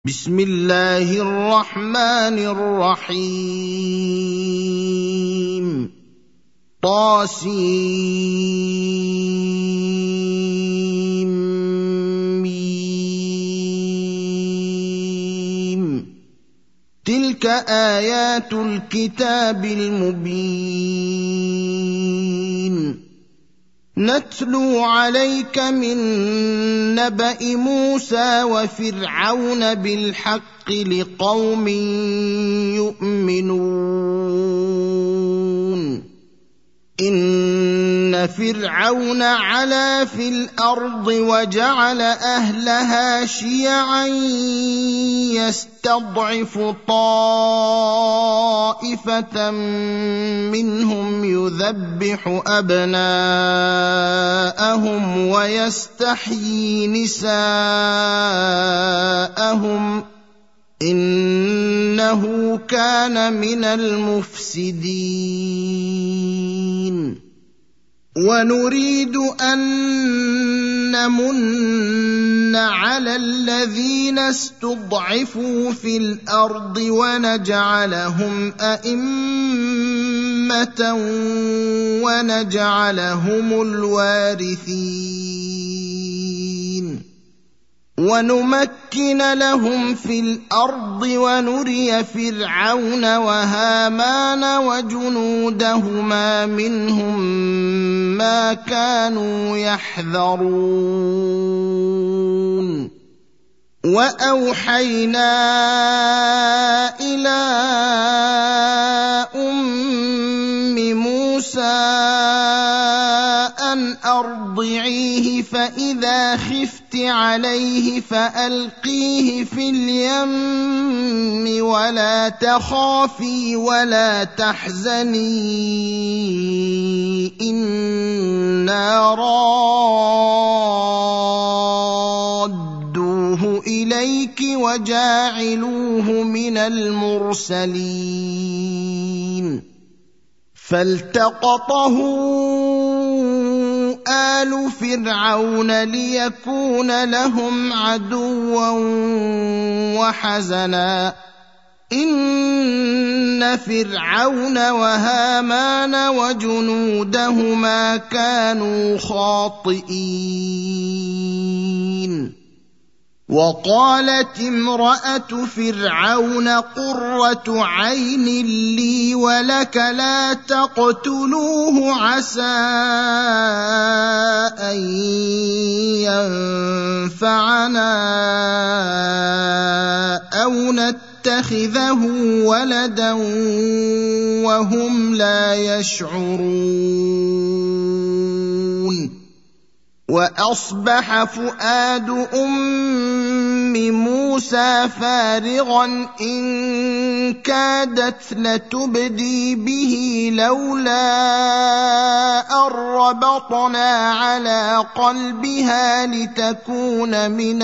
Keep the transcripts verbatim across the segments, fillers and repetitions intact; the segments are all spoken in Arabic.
بسم الله الرحمن الرحيم طاسيم تلك آيات الكتاب المبين نتلو عليك من نبأ موسى وفرعون بالحق لقوم يؤمنون إن فرعون علا في الأرض وجعل أهلها شيعا يستضعف طائفة منهم يذبح أبناءهم ويستحيي نساءهم إنه كان من المفسدين ونريد أن نمن على الذين استضعفوا في الأرض ونجعلهم أئمة ونجعلهم الوارثين ونمكن لهم في الأرض ونري فرعون وهامان وجنودهما منهم ما كانوا يحذرون وأوحينا إلى أم موسى أن أرضعيه فإذا خفت عليه فألقيه في اليم ولا تخافي ولا تحزني إنا رادوه إليك وجاعلوه من المرسلين فالتقطه آل فرعون ليكون لهم عدوا وحزنا إن فرعون وهامان وجنودهما كانوا خاطئين وقالت امرأة فرعون قرة عين لي ولك لا تقتلوه عسى أن ينفعنا أو نتخذه ولدا وهم لا يشعرون وأصبح فؤاد أم موسى فارغا إن كادت لتبدي به لولا أن ربطنا على قلبها لتكون من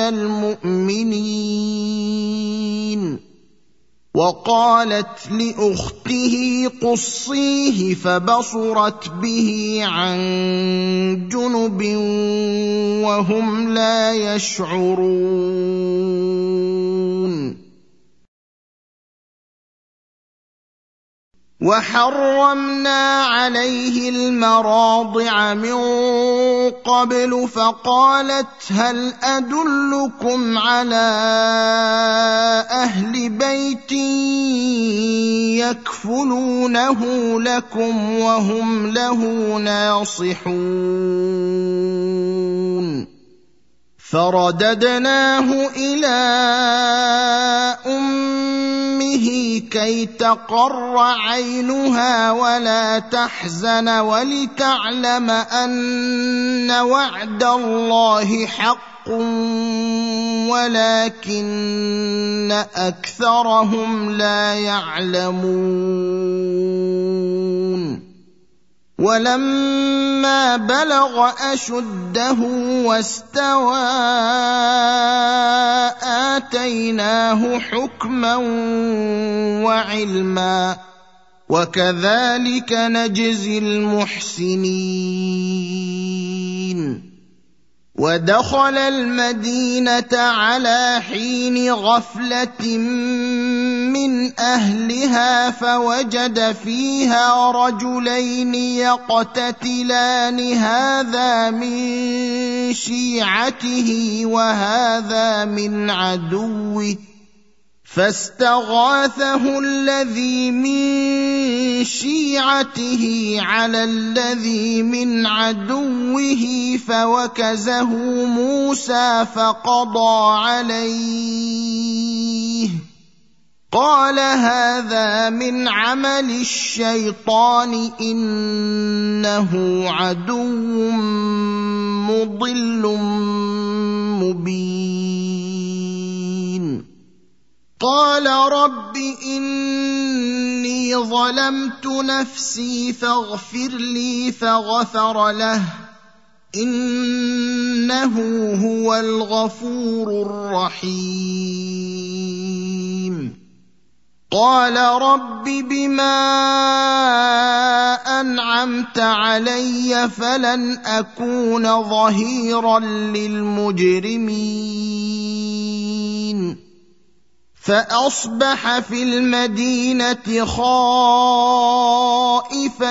المؤمنين وقالت لأخته قصيه فبصرت به عن جنب وهم لا يشعرون وحرمنا عليه المراضع من قبل فقالت هل أدلكم على أهل بيت يكفلونه لكم وهم له ناصحون فرددناه إلى أمه كي تقر عينها ولا تحزن ولتعلم أن وعد الله حق ولكن أكثرهم لا يعلمون ولما بلغ أشده واستوى آتيناه حكما وعلما وكذلك نجزي المحسنين ودخل المدينة على حين غفلة من أهلها فوجد فيها رجلين يقتتلان هذا من شيعته وهذا من عدوه فاستغاثه الذي من شيعته على الذي من عدوه فوكزه موسى فقضى عليه قال هذا من عمل الشيطان إنه عدو مضل مبين قال رب إني ظلمت نفسي فاغفر لي فغفر له إنه هو الغفور الرحيم قال رب بما أنعمت علي فلن أكون ظهيرا للمجرمين فأصبح في المدينة خائفا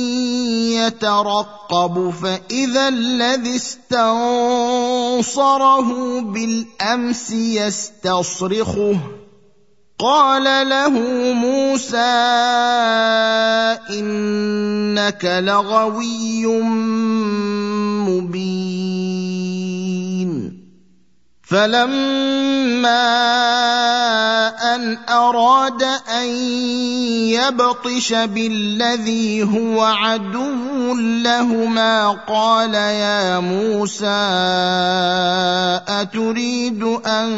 يترقب فإذا الذي استنصره بالأمس يستصرخه قال له موسى إنك لغوي مبين فلما أن أراد أن يبطش بالذي هو عدو لهما قال يا موسى أتريد أن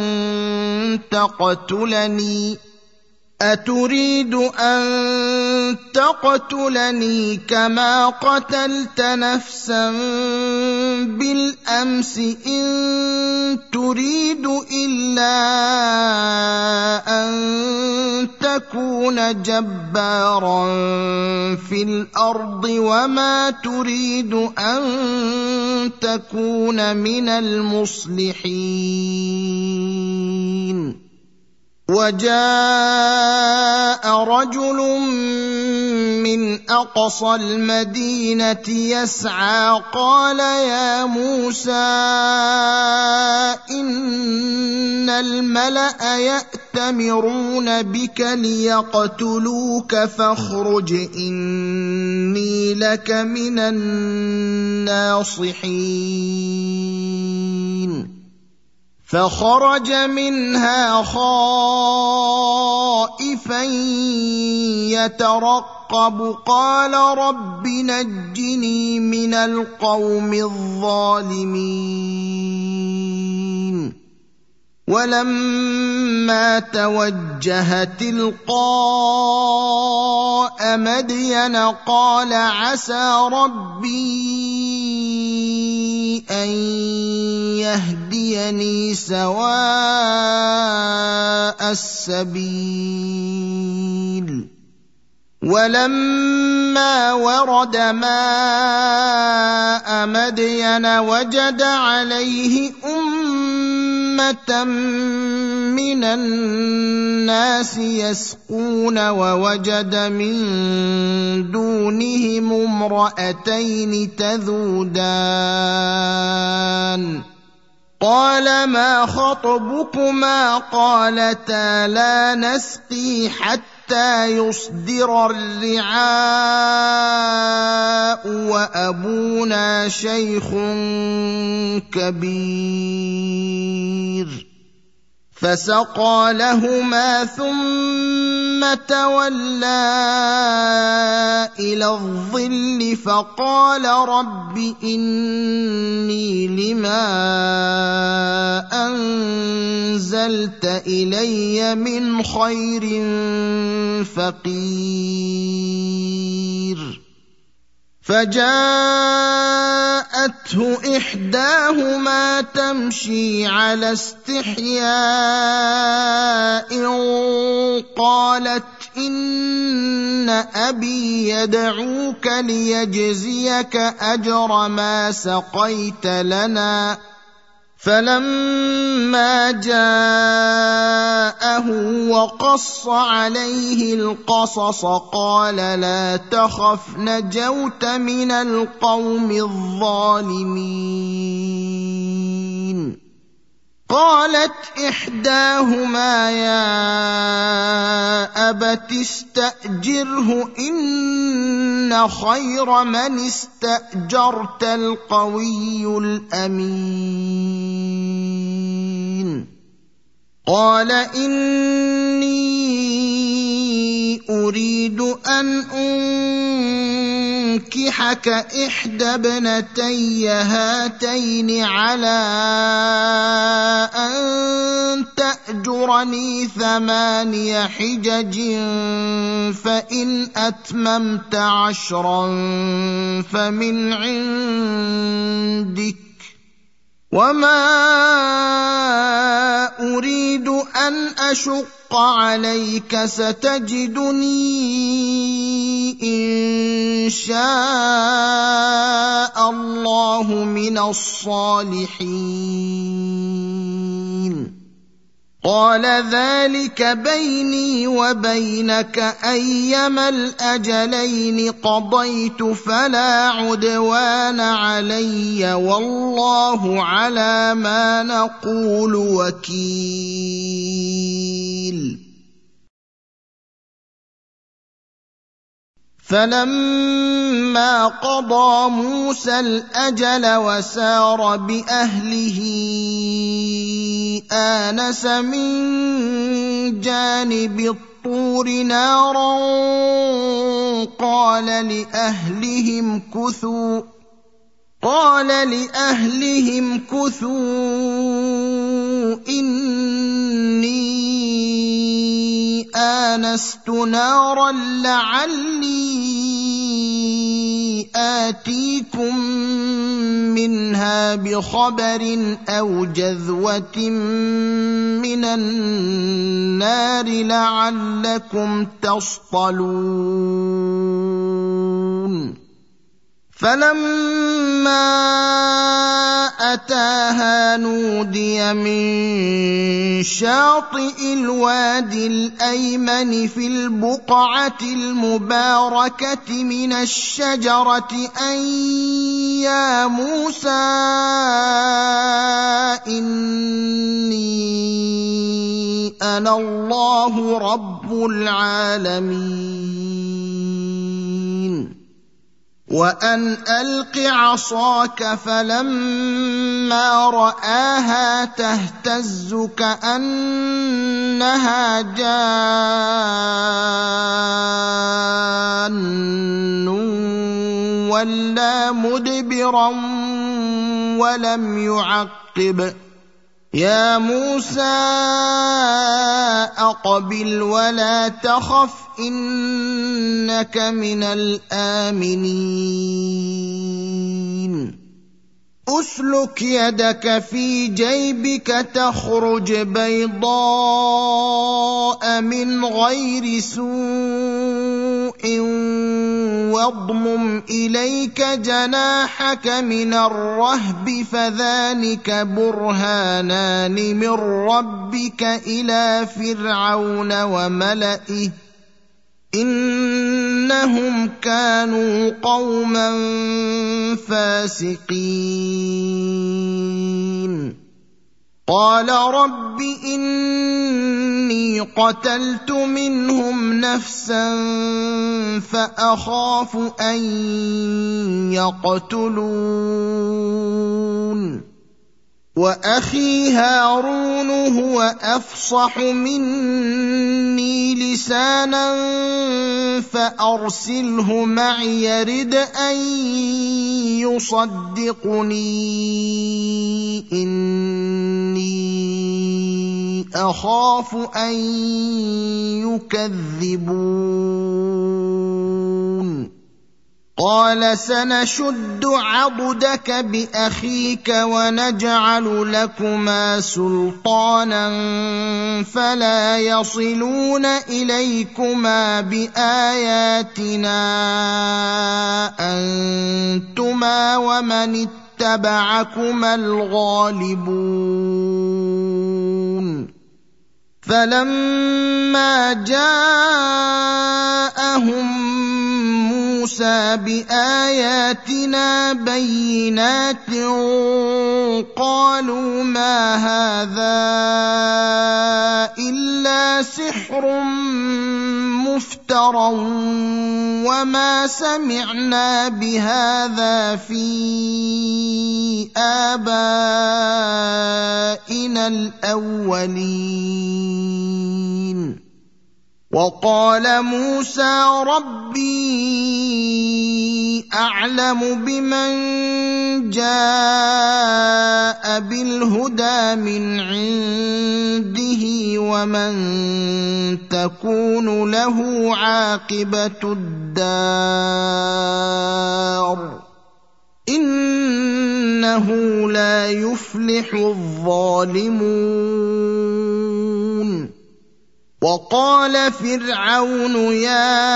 تقتلني أتريد أن تقتلني كما قتلت نفسا بالأمس إن تريد إلا أن تكون جبارا في الأرض وما تريد أن تكون من المصلحين وجاء رجل من أقصى المدينة يسعى قال يا موسى إن الملأ يأتمرون بك ليقتلوك فاخرج إني لك من الناصحين فخرج منها خائفا يترقب قال رب نجني من القوم الظالمين ولما توجه تلقاء مدين قال عسى ربي أن يهديني سواء السبيل ولما ورد ماء مدين وجد عليه أمة من الناس يسقون ووجد من دونهم امرأتين تذودان قال ما خطبكما قالتا لا نسقي حتى يصدر الرعاء وأبونا شيخ كبير فسقى لهما ثم تولى إلى الظل فقال رب إني لما أنزلت إلي من خير فقير فجاءته إحداهما تمشي على استحياء قالت إن أبي يدعوك ليجزيك أجر ما سقيت لنا فلما جاءه وقص عليه القصص قال لا تخف نجوت من القوم الظالمين. قالت إحداهما يا أبت استأجره إن خير من استأجرت القوي الأمين. قال إني أريد أن أنكحك إحدى ابنتي هاتين على أن تأجرني ثماني حجج فإن أتممت عشرا فمن عندك وما أريد أن أشق عليك ستجدني إن شاء الله من الصالحين. قال ذلك بيني وبينك أيما الأجلين قضيت فلا عدوان علي والله على ما نقول وكيل. فلما قضى موسى الأجل وسار بأهله آنس من جانب الطور نارا قال لأهلهم كثوا قال لأهلهم كثوا إني آنست نارا لعلي آتيكم منها بخبر أو جذوة من النار لعلكم تصطلون. فلما أتاها نودي من شاطئ الوادي الأيمن في البقعة المباركة من الشجرة أن يا موسى إني أنا الله رب العالمين وأن ألق عصاك فلما رآها تهتز كأنها جان ولا مدبرا ولم يعقب. يا موسى أقبل ولا تخف إنك من الآمنين. أسلك يدك في جيبك تخرج بيضاء من غير سوء واضمم إليك جناحك من الرهب فذلك برهانان من ربك إلى فرعون وملئه إنهم كانوا قوما فاسقين. قال رب إني قتلت منهم نفسا فأخاف أن يقتلون وأخي هارون هو أفصح مني لسانا فأرسله معي يرد أن يصدقني إني أخاف أن يكذبون. قال سنشد عضدك بأخيك ونجعل لكما سلطانا فلا يصلون إليكما بآياتنا أنتما ومن اتبعكما الغالبون فلما جاءهم موسى بآياتنا بينات قالوا ما هذا إلا سحر مفترى وما سمعنا بهذا في آبائنا الأولين وقال موسى ربي أعلم بمن جاء بالهدى من عنده ومن تكون له عاقبة الدار إنه لا يفلح الظالمون وقال فرعون يا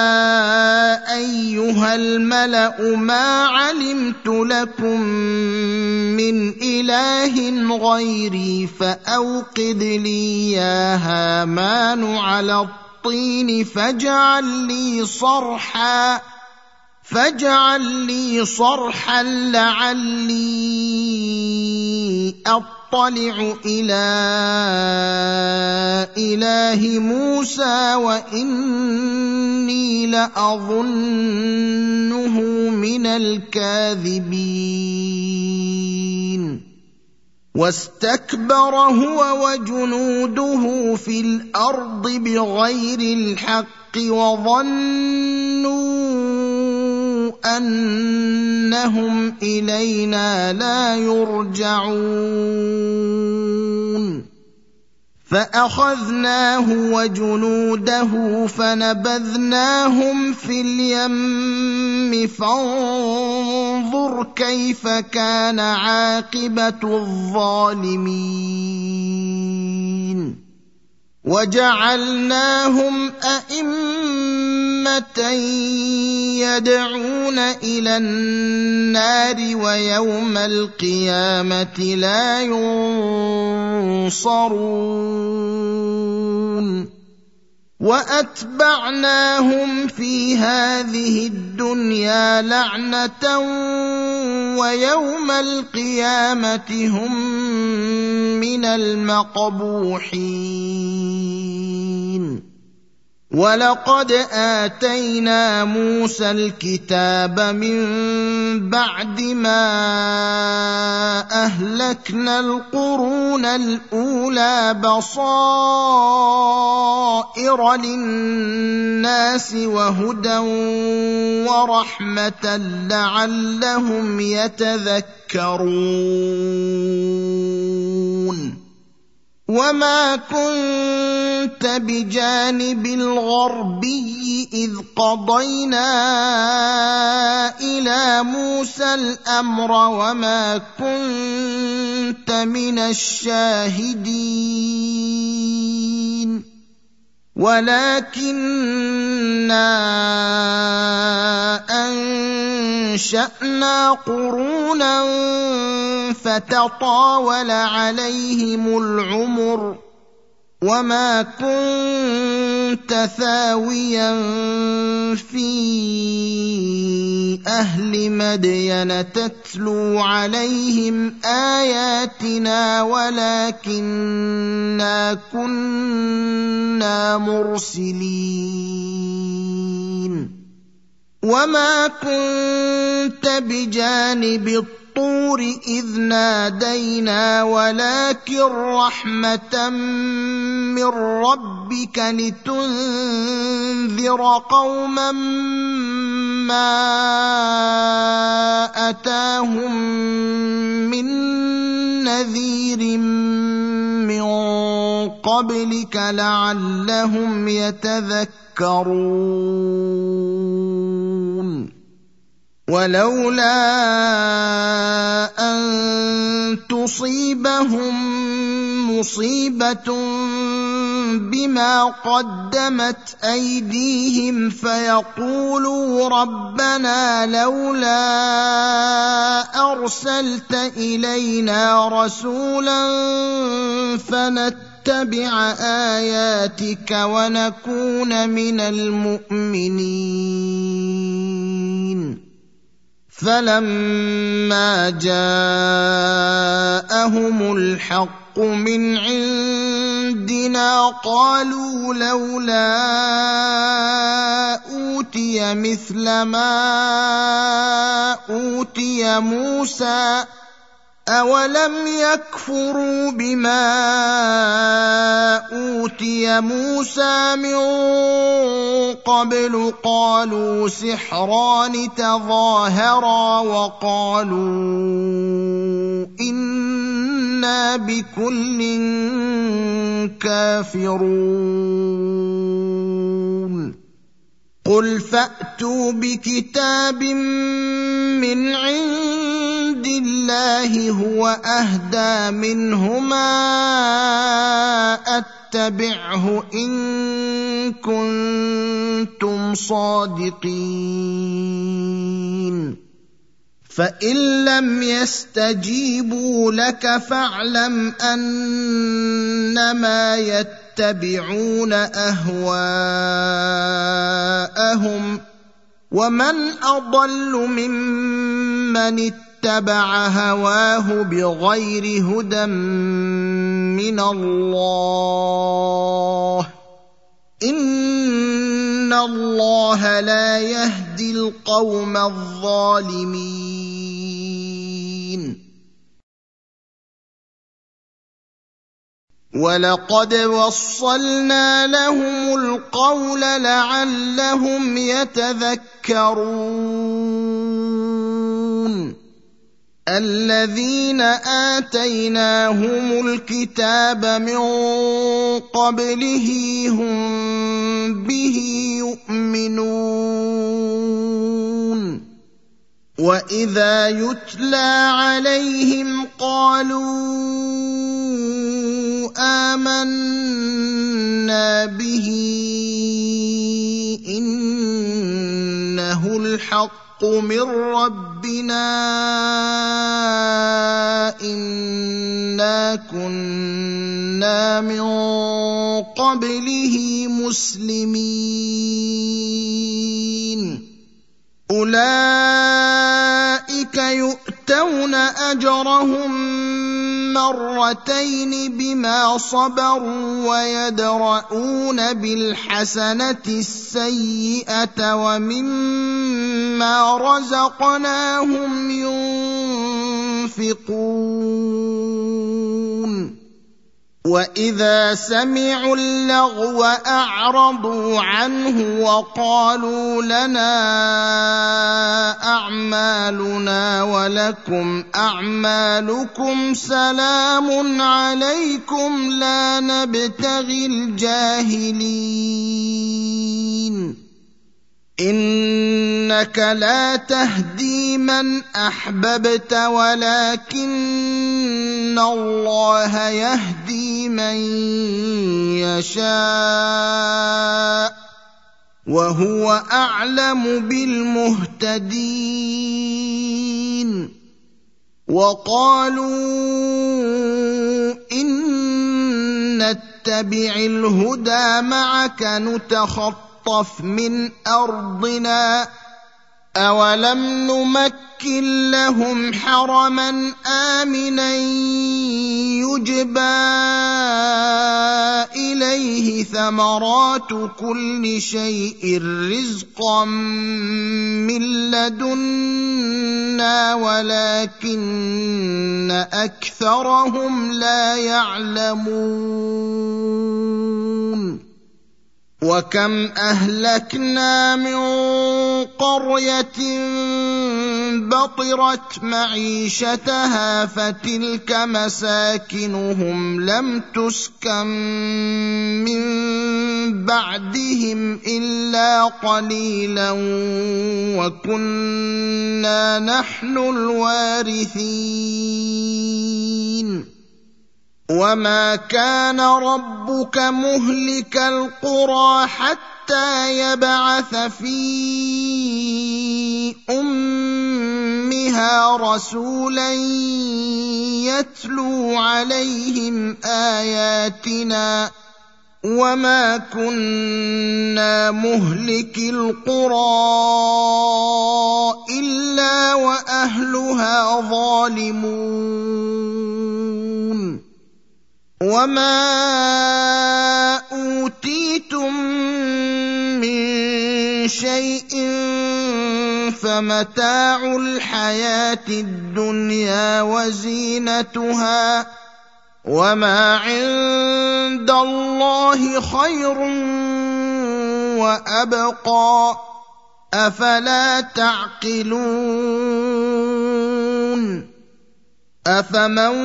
أيها الملأ ما علمت لكم من إله غيري فأوقد لي يا هامان على الطين فاجعل لي صرحا فاجعل لي صرحا لعلي أطلع إلى إله موسى وإني لأظنه من الكاذبين واستكبر هو وجنوده في الأرض بغير الحق وظنوا أنهم إلينا لا يرجعون فأخذناه وجنوده فنبذناهم في اليم فانظر كيف كان عاقبة الظالمين وجعلناهم أئمة يدعون إلى النار ويوم القيامة لا ينصرون وأتبعناهم في هذه الدنيا لعنة ويوم القيامة هم من المقبوحين ولقد آتينا موسى الكتاب من بعد ما أهلكنا القرون الأولى بصائر للناس وهدى ورحمة لعلهم يتذكرون وما كنت بجانب الغربي إذ قضينا إلى موسى الأمر وما كنت من الشاهدين ولكننا أنشأنا قرونا فتطاول عليهم العمر وما كنت ثاويا في أهل مدين تتلو عليهم آياتنا ولكننا كنا مرسلين وما كنت بجانب الطور إذ نادينا ولكن رحمة من ربك لتنذر قوما ما أتاهم من نذير من قبلك لعلهم يتذكرون ولولا أن تصيبهم مصيبة بما قدمت أيديهم فيقولوا ربنا لولا أرسلت إلينا رسولا فنتبع آياتك ونكون من المؤمنين فلما جاءهم الحق من عندنا قالوا لولا أوتي مثل ما أوتي موسى أولم يكفروا بما أوتي موسى من قبل قالوا سحران تظاهرا وقالوا إنا بكل كافرون قل فأتوا بكتاب من عند الله هو أهدى منهما أتبعه إن كنتم صادقين فإن لم يستجيبوا لك فاعلم أنما يتبعون أهواءهم ومن أضل ممن اتبع هواه بغير هدى من الله إن الله لا يهدي القوم الظالمين ولقد وصلنا لهم القول لعلهم يتذكرون الذين آتيناهم الكتاب من قبله هم به يؤمنون وإذا يتلى عليهم قالوا آمنا به إنه الحق من ربنا إنا كنا من قبله مسلمين أولئك يؤتون أجرهم مرتين بما صبروا ويدرؤون بالحسنة السيئة ومما رزقناهم ينفقون وإذا سمعوا اللغو أعرضوا عنه وقالوا لنا أعمالنا ولكم أعمالكم سلام عليكم لا نبتغي الجاهلين إنك لا تهدي من أحببت ولكن الله يهدي من يشاء وهو أعلم بالمهتدين وقالوا إن نتبع الهدى معك نتخطف من أرضنا أولم نمكن لهم حرما آمنا يجبى إليه ثمرات كل شيء رزقا من لدنا ولكن أكثرهم لا يعلمون وكم أهلكنا من قرية بطرت معيشتها فتلك مساكنهم لم تسكن من بعدهم إلا قليلا وكنا نحن الوارثين وما كان ربك مهلك القرى حتى يبعث في أمها رسولا يتلو عليهم آياتنا وما كنا مهلك القرى إلا وأهلها ظالمون وما أوتيتم من شيء فمتاع الحياة الدنيا وزينتها وما عند الله خير وأبقى أفلا تعقلون أفمن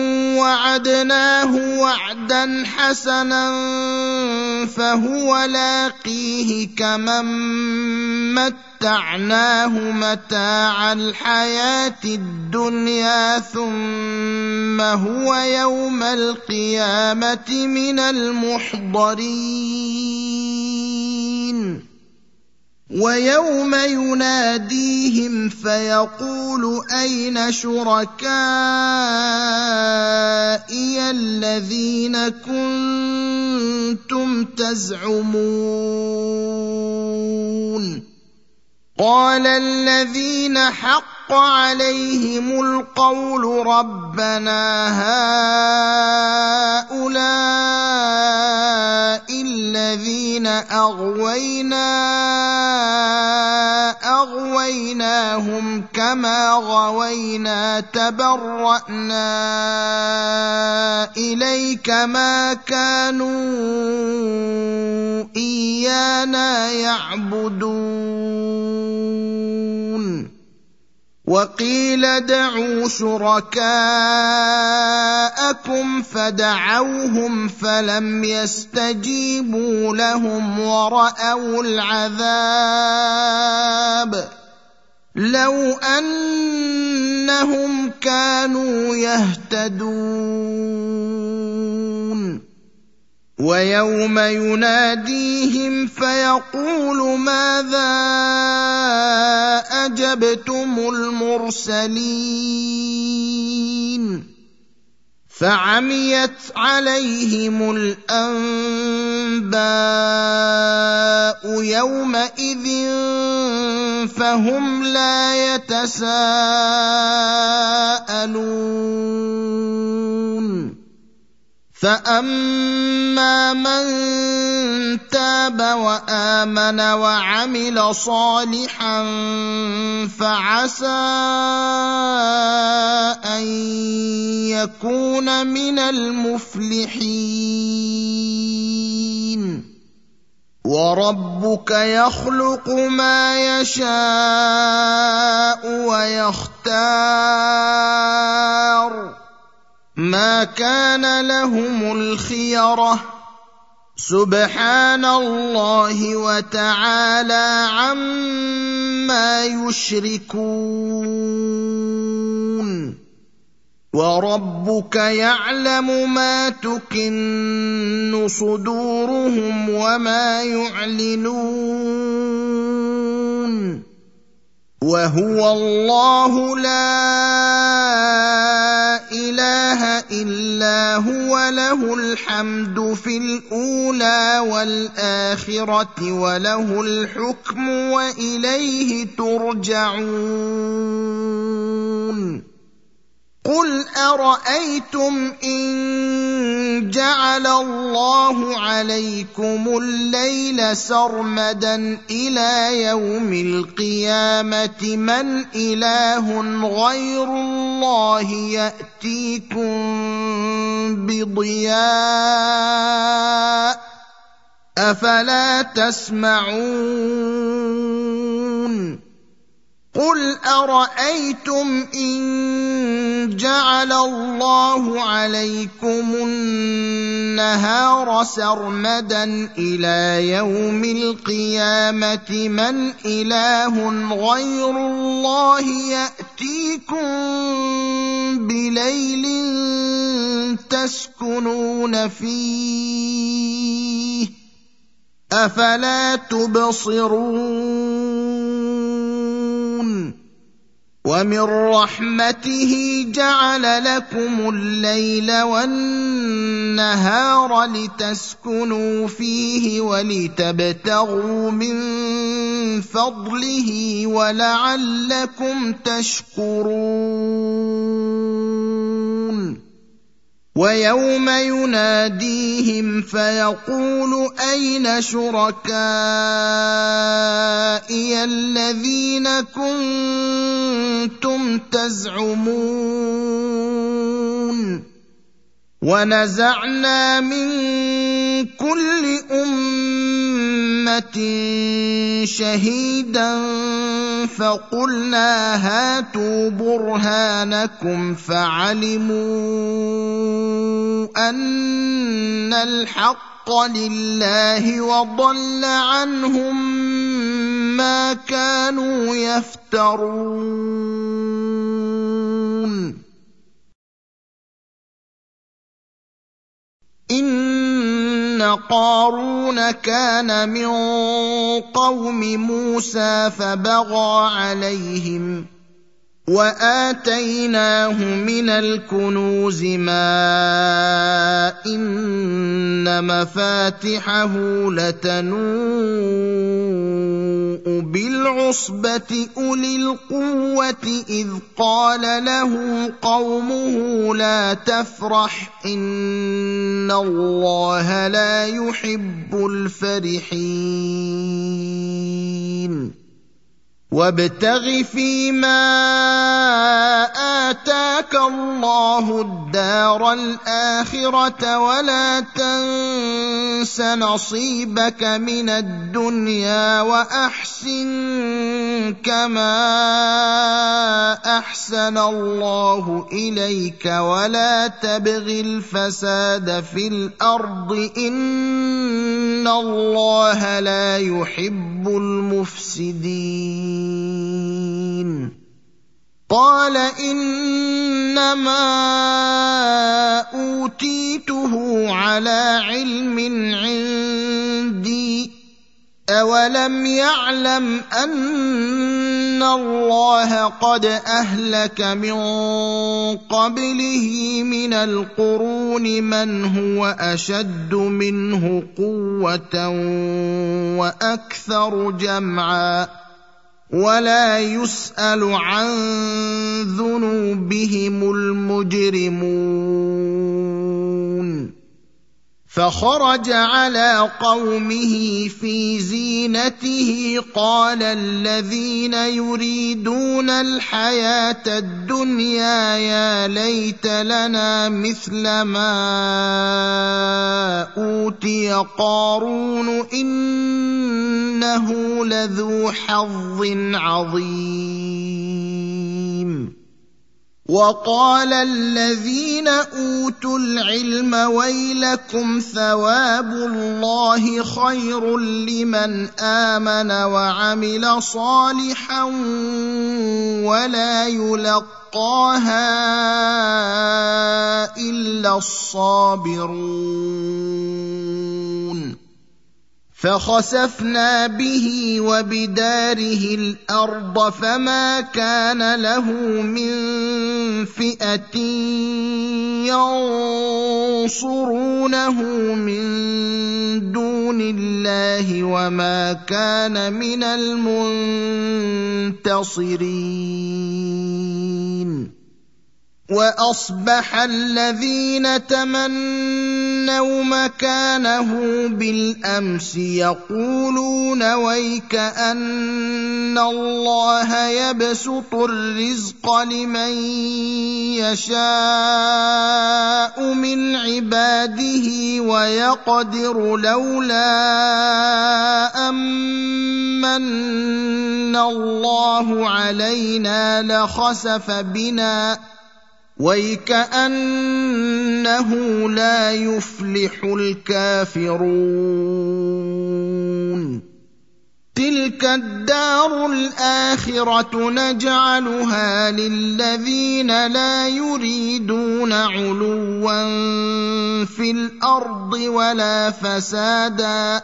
وعدناه وعدا حسنا فهو لاقيه كمن متعناه متاع الحياة الدنيا ثم هو يوم القيامة من المحضرين ويوم يناديهم فيقول أين شركائي الذين كنتم تزعمون قال الذين حق عليهم القول ربنا هؤلاء الذين أغوينا أغويناهم كما غوينا تبرأنا إليك ما كانوا إيانا يعبدون وقيل ادعوا شركاءكم فدعوهم فلم يستجيبوا لهم ورأوا العذاب لو أنهم كانوا يهتدون ويوم يناديهم فيقول ماذا أجبتم المرسلين فعميت عليهم الأنباء يومئذ فهم لا يتساءلون فأما من تاب وآمن وعمل صالحا فعسى أن يكون من المفلحين وربك يخلق ما يشاء ويختار ما كان لهم الخيرة سبحان الله وتعالى عما يشركون وربك يعلم ما تكن صدورهم وما يعلنون وهو الله لا إله إلا هو له الحمد في الأولى والآخرة وله الحكم وإليه ترجعون قل أرأيتم إن جعل الله عليكم الليل سرمدا إلى يوم القيامة من إله غير الله يأتيكم بضياء أفلا تسمعون قل أرأيتم إن جعل الله عليكم النهار سرمدا إلى يوم القيامة من إله غير الله يأتيكم بليل تسكنون فيه أفلا تبصرون ومن رحمته جعل لكم الليل والنهار لتسكنوا فيه ولتبتغوا من فضله ولعلكم تشكرون ويوم يناديهم فيقول أين شركائي الذين كنتم تزعمون ونزعنا من كل أمة شهيدا فقلنا هاتوا برهانكم فعلموا أن الحق لله وضل عنهم ما كانوا يفترون إن قارون كان من قوم موسى فبغى عليهم وآتيناه من الكنوز ما إن مفاتحه لتنوء بالعصبة أولي القوة إذ قال له قومه لا تفرح إن الله لا يحب الفرحين وابتغ فيما آتاك الله الدار الآخرة ولا تنس نصيبك من الدنيا وأحسن كما أحسن الله إليك ولا تبغ الفساد في الأرض إن الله لا يحب المفسدين قال إنما أوتيته على علم عندي أولم يعلم أن الله قد أهلك من قبله من القرون من هو أشد منه قوة وأكثر جمعا ولا يسأل عن ذنوبهم المجرمون فخرج على قومه في زينته قال الذين يريدون الحياة الدنيا يا ليت لنا مثل ما أوتي قارون إنه لذو حظ عظيم وقال الذين أوتوا العلم ويلكم ثواب الله خير لمن آمن وعمل صالحا ولا يلقاها إلا الصابرون فخسفنا به وبداره الأرض فما كان له من فئة ينصرونه من دون الله وما كان من المنتصرين وأصبح الذين تمنوا مكانه بالأمس يقولون ويك أن الله يبسط الرزق لمن يشاء من عباده ويقدر لولا أمن الله علينا لخسف بنا ويكأنه لا يفلح الكافرون تلك الدار الآخرة نجعلها للذين لا يريدون علوا في الأرض ولا فسادا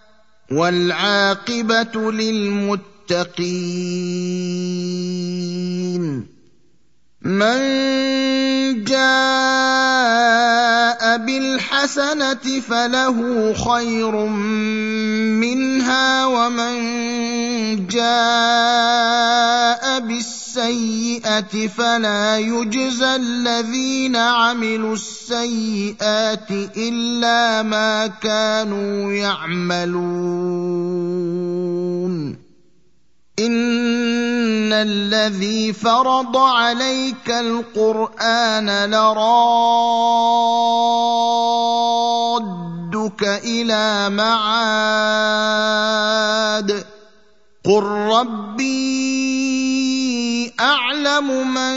والعاقبة للمتقين من جاء بالحسنة فله خير منها ومن جاء بالسيئة فلا يجزى الذين عملوا السيئات إلا ما كانوا يعملون إن الذي فرض عليك القرآن لرادك إلى معاد قل ربي أعلم من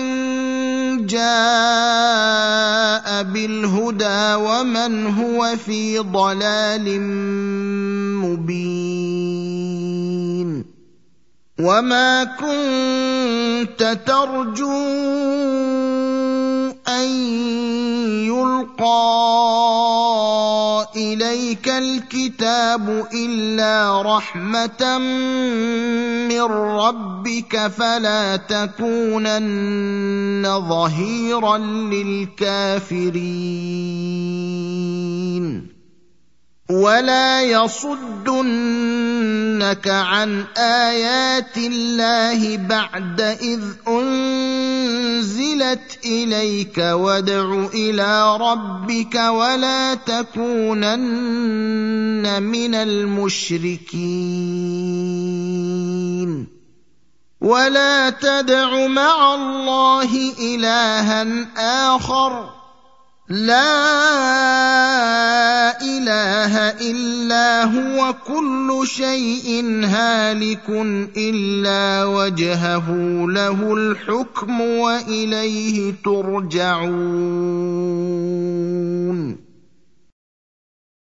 جاء بالهدى ومن هو في ضلال مبين وما كنت ترجو أن يلقى إليك الكتاب إلا رحمة من ربك فلا تكونن ظهيرا للكافرين ولا يصدنك عن آيات الله بعد إذ أنزلت إليك وادع إلى ربك ولا تكونن من المشركين ولا تدع مع الله إلها آخر لا إله إلا هو كل شيء هالك إلا وجهه له الحكم وإليه ترجعون